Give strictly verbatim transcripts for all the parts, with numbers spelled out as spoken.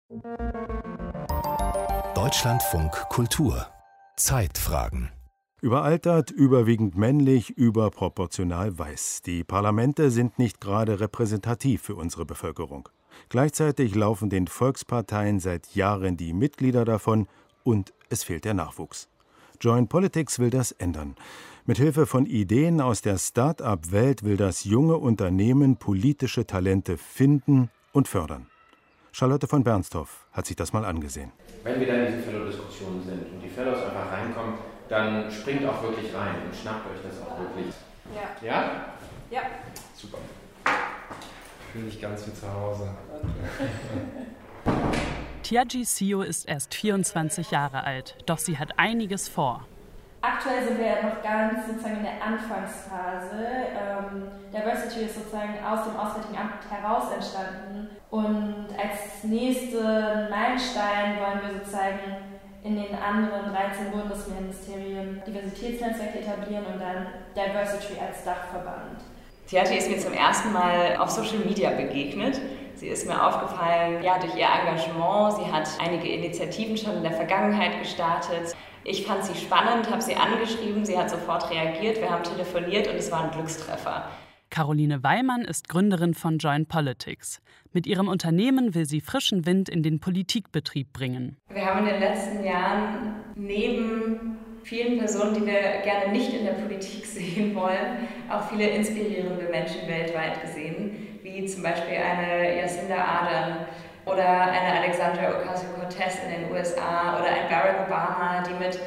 Deutschlandfunk Kultur Zeitfragen. Überaltert, überwiegend männlich, überproportional weiß. Die Parlamente sind nicht gerade repräsentativ für unsere Bevölkerung. Gleichzeitig laufen den Volksparteien seit Jahren die Mitglieder davon und es fehlt der Nachwuchs. Join Politics will das ändern. Mithilfe von Ideen aus der Start-up-Welt will das junge Unternehmen politische Talente finden und fördern. Charlotte von Bernstorff hat sich das mal angesehen. Wenn wir dann in diesen Fellow-Diskussionen sind und die Fellows einfach reinkommen, dann springt auch wirklich rein und schnappt euch das auch wirklich. Ja. Ja? Ja. Super. Ich fühle mich ganz wie zu Hause. Tiaji Sio ist erst vierundzwanzig Jahre alt, doch sie hat einiges vor. Aktuell sind wir ja noch ganz sozusagen in der Anfangsphase. Ähm, Diversity ist sozusagen aus dem Auswärtigen Amt heraus entstanden. Und als nächsten Meilenstein wollen wir sozusagen in den anderen dreizehn Bundesministerien Diversitätsnetzwerke etablieren und dann Diversity als Dachverband. Tiaji ist mir zum ersten Mal auf Social Media begegnet. Sie ist mir aufgefallen, ja, durch ihr Engagement. Sie hat einige Initiativen schon in der Vergangenheit gestartet. Ich fand sie spannend, habe sie angeschrieben, sie hat sofort reagiert, wir haben telefoniert und es war ein Glückstreffer. Caroline Weimann ist Gründerin von Join Politics. Mit ihrem Unternehmen will sie frischen Wind in den Politikbetrieb bringen. Wir haben in den letzten Jahren neben vielen Personen, die wir gerne nicht in der Politik sehen wollen, auch viele inspirierende Menschen weltweit gesehen, wie zum Beispiel eine Jacinda Ardern oder eine Alexandria Ocasio-Cortez in den U S A oder ein Barack Obama, die mit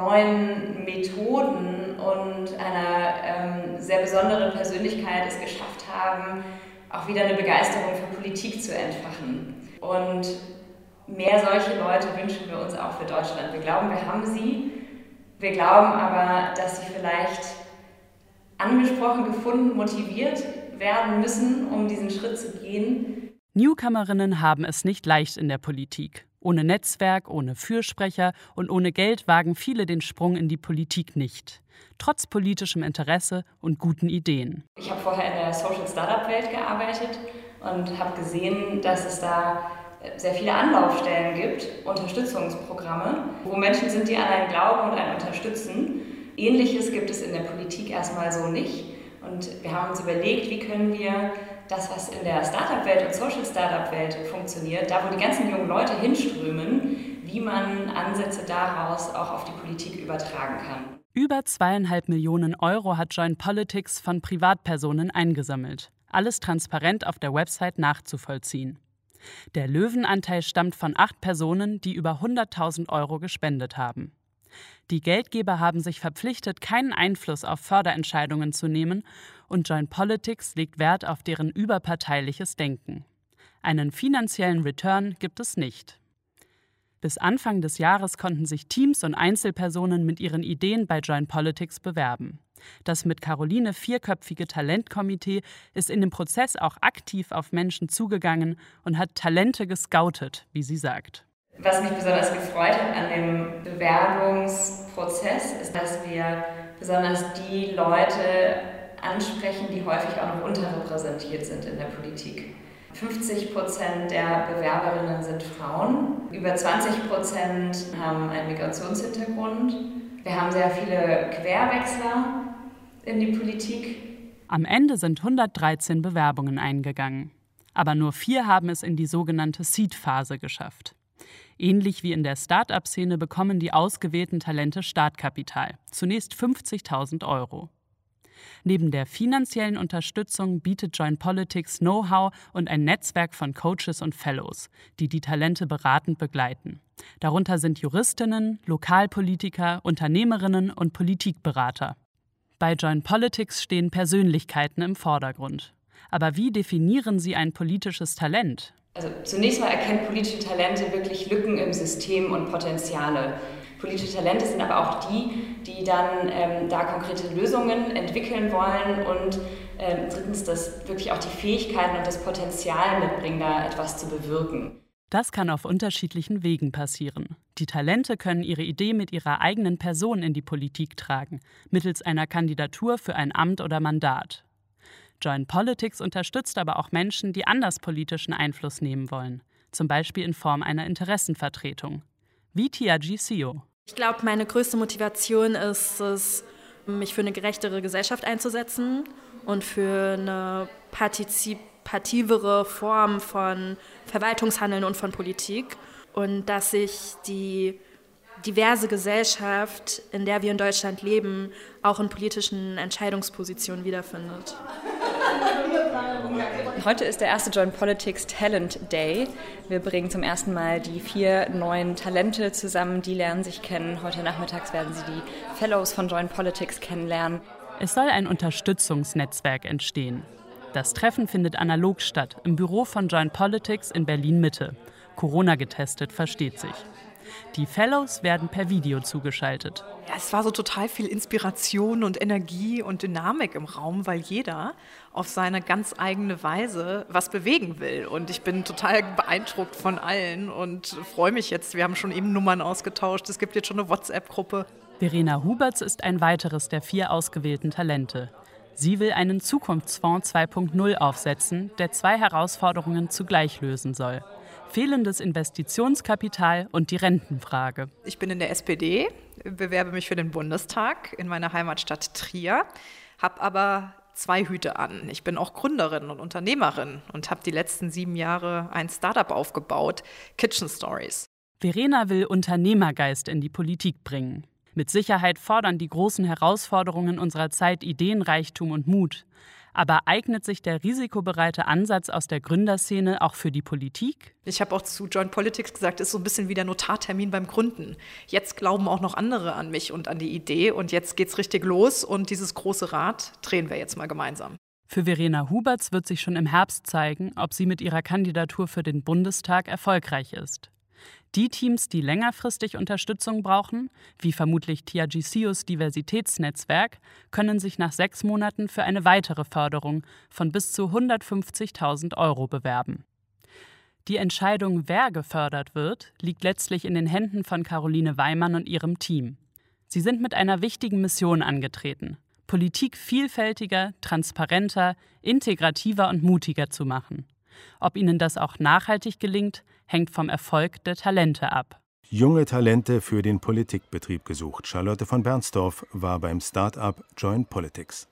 neuen Methoden und einer ähm, sehr besonderen Persönlichkeit es geschafft haben, auch wieder eine Begeisterung für Politik zu entfachen. Und mehr solche Leute wünschen wir uns auch für Deutschland. Wir glauben, wir haben sie. Wir glauben aber, dass sie vielleicht angesprochen, gefunden, motiviert werden müssen, um diesen Schritt zu gehen. Newcomerinnen haben es nicht leicht in der Politik. Ohne Netzwerk, ohne Fürsprecher und ohne Geld wagen viele den Sprung in die Politik nicht. Trotz politischem Interesse und guten Ideen. Ich habe vorher in der Social Startup-Welt gearbeitet und habe gesehen, dass es da sehr viele Anlaufstellen gibt, Unterstützungsprogramme, wo Menschen sind, die an einen glauben und einen unterstützen. Ähnliches gibt es in der Politik erstmal so nicht. Und wir haben uns überlegt, wie können wir das, was in der Startup-Welt und Social-Startup-Welt funktioniert, da wo die ganzen jungen Leute hinströmen, wie man Ansätze daraus auch auf die Politik übertragen kann. Über zweieinhalb Millionen Euro hat Join Politics von Privatpersonen eingesammelt. Alles transparent auf der Website nachzuvollziehen. Der Löwenanteil stammt von acht Personen, die über hunderttausend Euro gespendet haben. Die Geldgeber haben sich verpflichtet, keinen Einfluss auf Förderentscheidungen zu nehmen und Join Politics legt Wert auf deren überparteiliches Denken. Einen finanziellen Return gibt es nicht. Bis Anfang des Jahres konnten sich Teams und Einzelpersonen mit ihren Ideen bei Join Politics bewerben. Das mit Caroline vierköpfige Talentkomitee ist in dem Prozess auch aktiv auf Menschen zugegangen und hat Talente gescoutet, wie sie sagt. Was mich besonders gefreut hat an dem Bewerbungsprozess, ist, dass wir besonders die Leute ansprechen, die häufig auch noch unterrepräsentiert sind in der Politik. fünfzig Prozent der Bewerberinnen sind Frauen, über zwanzig Prozent haben einen Migrationshintergrund. Wir haben sehr viele Querwechsler in die Politik. Am Ende sind hundertdreizehn Bewerbungen eingegangen. Aber nur vier haben es in die sogenannte Seed-Phase geschafft. Ähnlich wie in der Start-up-Szene bekommen die ausgewählten Talente Startkapital, zunächst fünfzigtausend Euro. Neben der finanziellen Unterstützung bietet Join Politics Know-how und ein Netzwerk von Coaches und Fellows, die die Talente beratend begleiten. Darunter sind Juristinnen, Lokalpolitiker, Unternehmerinnen und Politikberater. Bei Join Politics stehen Persönlichkeiten im Vordergrund. Aber wie definieren Sie ein politisches Talent? Also zunächst mal erkennen politische Talente wirklich Lücken im System und Potenziale. Politische Talente sind aber auch die, die dann ähm, da konkrete Lösungen entwickeln wollen und ähm, drittens, dass wirklich auch die Fähigkeiten und das Potenzial mitbringen, da etwas zu bewirken. Das kann auf unterschiedlichen Wegen passieren. Die Talente können ihre Idee mit ihrer eigenen Person in die Politik tragen, mittels einer Kandidatur für ein Amt oder Mandat. Join Politics unterstützt aber auch Menschen, die anders politischen Einfluss nehmen wollen. zum Beispiel in Form einer Interessenvertretung. Wie Tiaji Sio. Ich glaube, meine größte Motivation ist es, mich für eine gerechtere Gesellschaft einzusetzen und für eine partizipativere Form von Verwaltungshandeln und von Politik. Und dass sich die diverse Gesellschaft, in der wir in Deutschland leben, auch in politischen Entscheidungspositionen wiederfindet. Heute ist der erste Join Politics Talent Day. Wir bringen zum ersten Mal die vier neuen Talente zusammen, die lernen sich kennen. Heute nachmittags werden Sie die Fellows von Join Politics kennenlernen. Es soll ein Unterstützungsnetzwerk entstehen. Das Treffen findet analog statt, im Büro von Join Politics in Berlin-Mitte. Corona getestet, versteht sich. Die Fellows werden per Video zugeschaltet. Ja, es war so total viel Inspiration und Energie und Dynamik im Raum, weil jeder auf seine ganz eigene Weise was bewegen will. Und ich bin total beeindruckt von allen und freue mich jetzt. Wir haben schon eben Nummern ausgetauscht. Es gibt jetzt schon eine WhatsApp-Gruppe. Verena Huberts ist ein weiteres der vier ausgewählten Talente. Sie will einen Zukunftsfonds zwei Punkt null aufsetzen, der zwei Herausforderungen zugleich lösen soll: fehlendes Investitionskapital und die Rentenfrage. Ich bin in der S P D, bewerbe mich für den Bundestag in meiner Heimatstadt Trier, habe aber zwei Hüte an. Ich bin auch Gründerin und Unternehmerin und habe die letzten sieben Jahre ein Startup aufgebaut, Kitchen Stories. Verena will Unternehmergeist in die Politik bringen. Mit Sicherheit fordern die großen Herausforderungen unserer Zeit Ideenreichtum und Mut. Aber eignet sich der risikobereite Ansatz aus der Gründerszene auch für die Politik? Ich habe auch zu Join Politics gesagt, es ist so ein bisschen wie der Notartermin beim Gründen. Jetzt glauben auch noch andere an mich und an die Idee und jetzt geht's richtig los und dieses große Rad drehen wir jetzt mal gemeinsam. Für Verena Huberts wird sich schon im Herbst zeigen, ob sie mit ihrer Kandidatur für den Bundestag erfolgreich ist. Die Teams, die längerfristig Unterstützung brauchen, wie vermutlich Tiaji Sios Diversitätsnetzwerk, können sich nach sechs Monaten für eine weitere Förderung von bis zu hundertfünfzigtausend Euro bewerben. Die Entscheidung, wer gefördert wird, liegt letztlich in den Händen von Caroline Weimann und ihrem Team. Sie sind mit einer wichtigen Mission angetreten: Politik vielfältiger, transparenter, integrativer und mutiger zu machen. Ob ihnen das auch nachhaltig gelingt, hängt vom Erfolg der Talente ab. Junge Talente für den Politikbetrieb gesucht. Charlotte von Bernsdorf war beim Start-up Join Politics.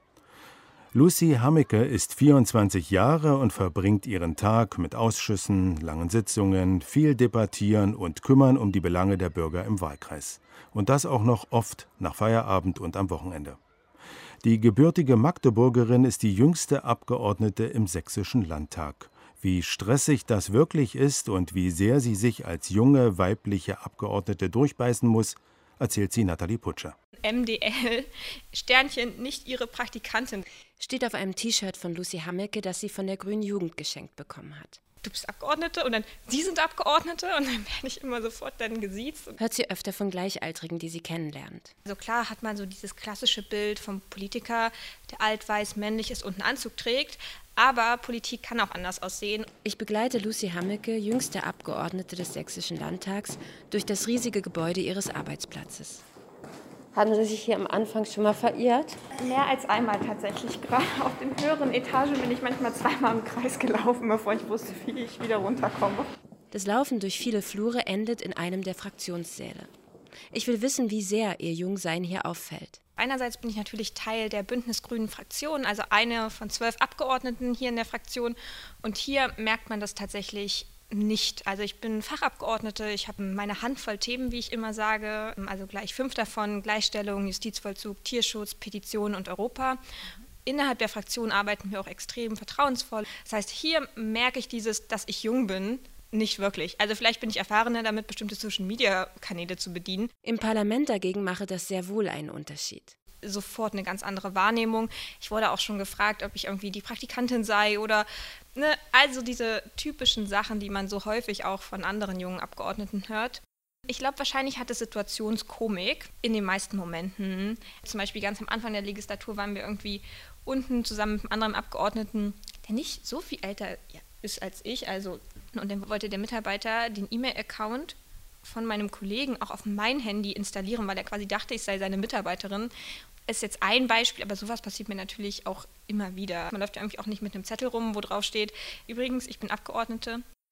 Lucy Hammeke ist vierundzwanzig Jahre und verbringt ihren Tag mit Ausschüssen, langen Sitzungen, viel Debattieren und Kümmern um die Belange der Bürger im Wahlkreis. Und das auch noch oft nach Feierabend und am Wochenende. Die gebürtige Magdeburgerin ist die jüngste Abgeordnete im Sächsischen Landtag. Wie stressig das wirklich ist und wie sehr sie sich als junge weibliche Abgeordnete durchbeißen muss, erzählt sie Nathalie Putscher. M D L, Sternchen, nicht ihre Praktikantin. Steht auf einem T-Shirt von Lucy Hammeke, das sie von der Grünen Jugend geschenkt bekommen hat. Du bist Abgeordnete und dann Sie sind Abgeordnete und dann werde ich immer sofort dann gesiezt. Hört sie öfter von Gleichaltrigen, die sie kennenlernt. Also klar hat man so dieses klassische Bild vom Politiker, der alt, weiß, männlich ist und einen Anzug trägt. Aber Politik kann auch anders aussehen. Ich begleite Lucy Hammeke, jüngste Abgeordnete des Sächsischen Landtags, durch das riesige Gebäude ihres Arbeitsplatzes. Haben Sie sich hier am Anfang schon mal verirrt? Mehr als einmal tatsächlich. Gerade auf den höheren Etagen bin ich manchmal zweimal im Kreis gelaufen, bevor ich wusste, wie ich wieder runterkomme. Das Laufen durch viele Flure endet in einem der Fraktionssäle. Ich will wissen, wie sehr ihr Jungsein hier auffällt. Einerseits bin ich natürlich Teil der Bündnis-Grünen Fraktion, also eine von zwölf Abgeordneten hier in der Fraktion. Und hier merkt man das tatsächlich nicht. Also ich bin Fachabgeordnete, ich habe meine Handvoll Themen, wie ich immer sage, also gleich fünf davon: Gleichstellung, Justizvollzug, Tierschutz, Petitionen und Europa. Innerhalb der Fraktion arbeiten wir auch extrem vertrauensvoll. Das heißt, hier merke ich dieses, dass ich jung bin, nicht wirklich. Also vielleicht bin ich erfahrener damit, bestimmte Social-Media-Kanäle zu bedienen. Im Parlament dagegen mache das sehr wohl einen Unterschied. Sofort eine ganz andere Wahrnehmung. Ich wurde auch schon gefragt, ob ich irgendwie die Praktikantin sei oder, ne, also diese typischen Sachen, die man so häufig auch von anderen jungen Abgeordneten hört. Ich glaube, wahrscheinlich hat es Situationskomik in den meisten Momenten. Zum Beispiel ganz am Anfang der Legislatur waren wir irgendwie unten zusammen mit einem anderen Abgeordneten, der nicht so viel älter ist als ich, also, und dann wollte der Mitarbeiter den E-Mail-Account von meinem Kollegen auch auf mein Handy installieren, weil er quasi dachte, ich sei seine Mitarbeiterin. Ist jetzt ein Beispiel, aber sowas passiert mir natürlich auch immer wieder. Man läuft ja irgendwie auch nicht mit einem Zettel rum, wo drauf steht: Übrigens, ich bin Abgeordnete.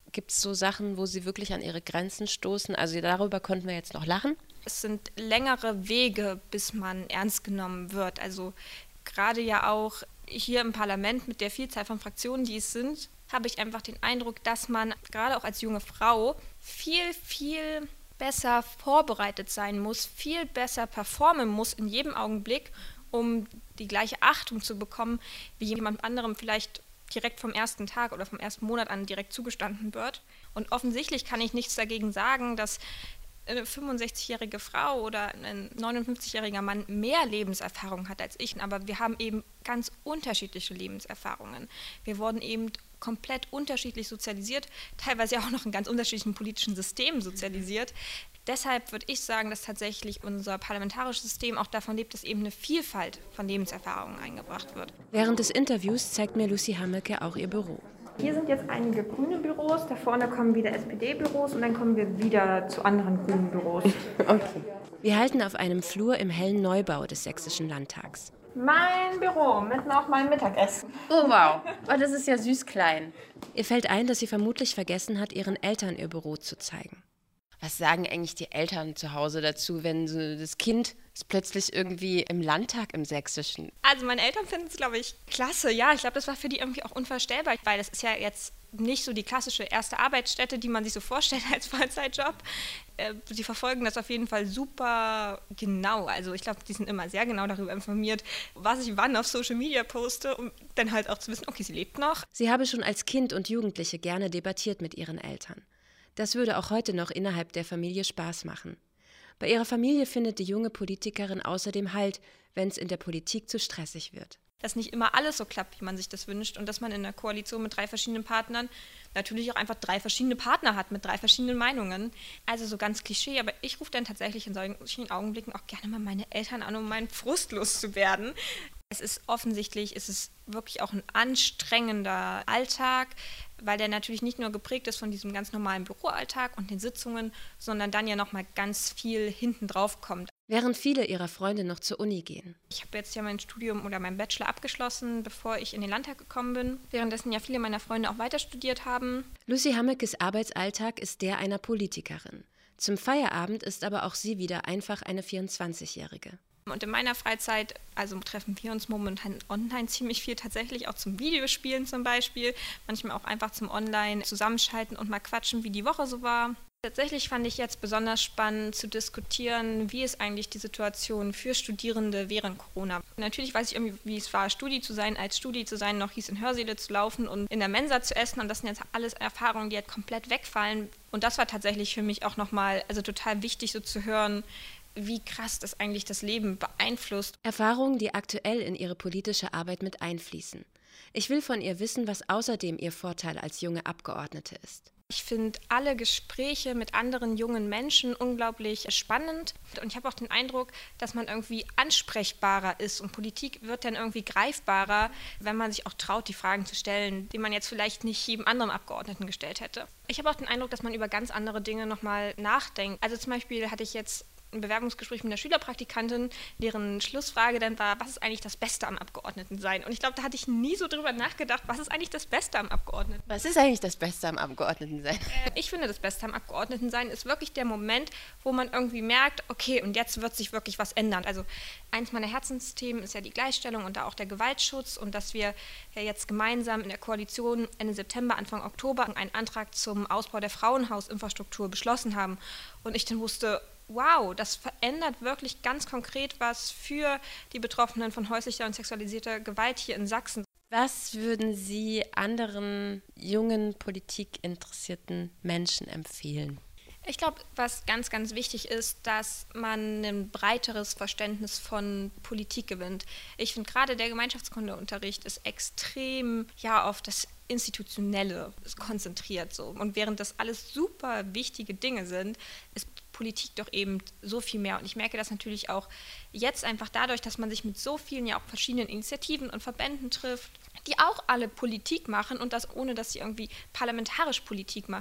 Gibt es so Sachen, wo Sie wirklich an Ihre Grenzen stoßen? Also darüber konnten wir jetzt noch lachen. Es sind längere Wege, bis man ernst genommen wird. Also gerade ja auch hier im Parlament mit der Vielzahl von Fraktionen, die es sind, habe ich einfach den Eindruck, dass man gerade auch als junge Frau viel, viel besser vorbereitet sein muss, viel besser performen muss in jedem Augenblick, um die gleiche Achtung zu bekommen, wie jemand anderem vielleicht direkt vom ersten Tag oder vom ersten Monat an direkt zugestanden wird. Und offensichtlich kann ich nichts dagegen sagen, dass eine fünfundsechzigjährige Frau oder ein neunundfünfzigjähriger Mann mehr Lebenserfahrung hat als ich, aber wir haben eben ganz unterschiedliche Lebenserfahrungen. Wir wurden eben komplett unterschiedlich sozialisiert, teilweise auch noch in ganz unterschiedlichen politischen Systemen sozialisiert. Deshalb würde ich sagen, dass tatsächlich unser parlamentarisches System auch davon lebt, dass eben eine Vielfalt von Lebenserfahrungen eingebracht wird. Während des Interviews zeigt mir Lucy Hammeke auch ihr Büro. Hier sind jetzt einige grüne Büros, da vorne kommen wieder S P D-Büros und dann kommen wir wieder zu anderen grünen Büros. Okay. Wir halten auf einem Flur im hellen Neubau des Sächsischen Landtags. Mein Büro, mitten auf meinem Mittagessen. Oh wow, oh, das ist ja süß klein. Ihr fällt ein, dass sie vermutlich vergessen hat, ihren Eltern ihr Büro zu zeigen. Was sagen eigentlich die Eltern zu Hause dazu, wenn so das Kind ist plötzlich irgendwie im Landtag im Sächsischen? Also meine Eltern finden es, glaube ich, klasse. Ja, ich glaube, das war für die irgendwie auch unvorstellbar, weil das ist ja jetzt nicht so die klassische erste Arbeitsstätte, die man sich so vorstellt als Vollzeitjob. Äh, sie verfolgen das auf jeden Fall super genau. Also ich glaube, die sind immer sehr genau darüber informiert, was ich wann auf Social Media poste, um dann halt auch zu wissen, okay, sie lebt noch. Sie habe schon als Kind und Jugendliche gerne debattiert mit ihren Eltern. Das würde auch heute noch innerhalb der Familie Spaß machen. Bei ihrer Familie findet die junge Politikerin außerdem Halt, wenn es in der Politik zu stressig wird. Dass nicht immer alles so klappt, wie man sich das wünscht und dass man in einer Koalition mit drei verschiedenen Partnern natürlich auch einfach drei verschiedene Partner hat mit drei verschiedenen Meinungen. Also so ganz Klischee, aber ich rufe dann tatsächlich in solchen Augenblicken auch gerne mal meine Eltern an, um meinen Frust loszuwerden. Es ist offensichtlich, es ist wirklich auch ein anstrengender Alltag, weil der natürlich nicht nur geprägt ist von diesem ganz normalen Büroalltag und den Sitzungen, sondern dann ja nochmal ganz viel hinten drauf kommt. Während viele ihrer Freunde noch zur Uni gehen. Ich habe jetzt ja mein Studium oder meinen Bachelor abgeschlossen, bevor ich in den Landtag gekommen bin, währenddessen ja viele meiner Freunde auch weiter studiert haben. Lucy Hammekes Arbeitsalltag ist der einer Politikerin. Zum Feierabend ist aber auch sie wieder einfach eine vierundzwanzigjährige. Und in meiner Freizeit, also treffen wir uns momentan online ziemlich viel, tatsächlich auch zum Videospielen zum Beispiel, manchmal auch einfach zum Online zusammenschalten und mal quatschen, wie die Woche so war. Tatsächlich fand ich jetzt besonders spannend zu diskutieren, wie ist eigentlich die Situation für Studierende während Corona. Natürlich weiß ich irgendwie, wie es war, Studi zu sein, als Studi zu sein, noch hieß in Hörsäle zu laufen und in der Mensa zu essen und das sind jetzt alles Erfahrungen, die halt komplett wegfallen. Und das war tatsächlich für mich auch nochmal, also total wichtig so zu hören, wie krass das eigentlich das Leben beeinflusst. Erfahrungen, die aktuell in ihre politische Arbeit mit einfließen. Ich will von ihr wissen, was außerdem ihr Vorteil als junge Abgeordnete ist. Ich finde alle Gespräche mit anderen jungen Menschen unglaublich spannend und ich habe auch den Eindruck, dass man irgendwie ansprechbarer ist und Politik wird dann irgendwie greifbarer, wenn man sich auch traut, die Fragen zu stellen, die man jetzt vielleicht nicht jedem anderen Abgeordneten gestellt hätte. Ich habe auch den Eindruck, dass man über ganz andere Dinge nochmal nachdenkt. Also zum Beispiel hatte ich jetzt ein Bewerbungsgespräch mit einer Schülerpraktikantin, deren Schlussfrage dann war, was ist eigentlich das Beste am Abgeordnetensein? Und ich glaube, da hatte ich nie so drüber nachgedacht, was ist eigentlich das Beste am Abgeordneten? Was ist eigentlich das Beste am Abgeordnetensein? Äh, ich finde, das Beste am Abgeordnetensein ist wirklich der Moment, wo man irgendwie merkt, okay, und jetzt wird sich wirklich was ändern. Also eins meiner Herzensthemen ist ja die Gleichstellung und da auch der Gewaltschutz und dass wir ja jetzt gemeinsam in der Koalition Ende September, Anfang Oktober einen Antrag zum Ausbau der Frauenhausinfrastruktur beschlossen haben. Und ich dann wusste, wow, das verändert wirklich ganz konkret was für die Betroffenen von häuslicher und sexualisierter Gewalt hier in Sachsen. Was würden Sie anderen jungen, politikinteressierten Menschen empfehlen? Ich glaube, was ganz, ganz wichtig ist, dass man ein breiteres Verständnis von Politik gewinnt. Ich finde gerade der Gemeinschaftskundeunterricht ist extrem ja, auf das Institutionelle konzentriert. So. Und während das alles super wichtige Dinge sind, ist Politik doch eben so viel mehr. Und ich merke das natürlich auch jetzt einfach dadurch, dass man sich mit so vielen ja auch verschiedenen Initiativen und Verbänden trifft, die auch alle Politik machen und das ohne, dass sie irgendwie parlamentarisch Politik machen.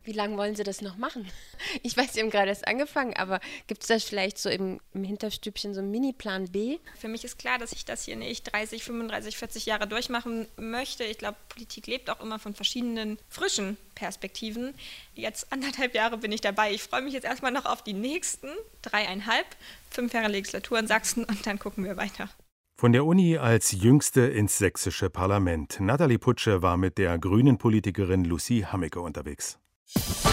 Wie lange wollen Sie das noch machen? Ich weiß, Sie haben gerade erst angefangen, aber gibt es da vielleicht so im, im Hinterstübchen so einen Mini-Plan B? Für mich ist klar, dass ich das hier nicht dreißig, fünfunddreißig, vierzig Jahre durchmachen möchte. Ich glaube, Politik lebt auch immer von verschiedenen frischen Perspektiven. Jetzt anderthalb Jahre bin ich dabei. Ich freue mich jetzt erstmal noch auf die nächsten dreieinhalb, fünf Jahre Legislatur in Sachsen und dann gucken wir weiter. Von der Uni als Jüngste ins sächsische Parlament. Nathalie Putsche war mit der grünen Politikerin Lucy Hammecke unterwegs.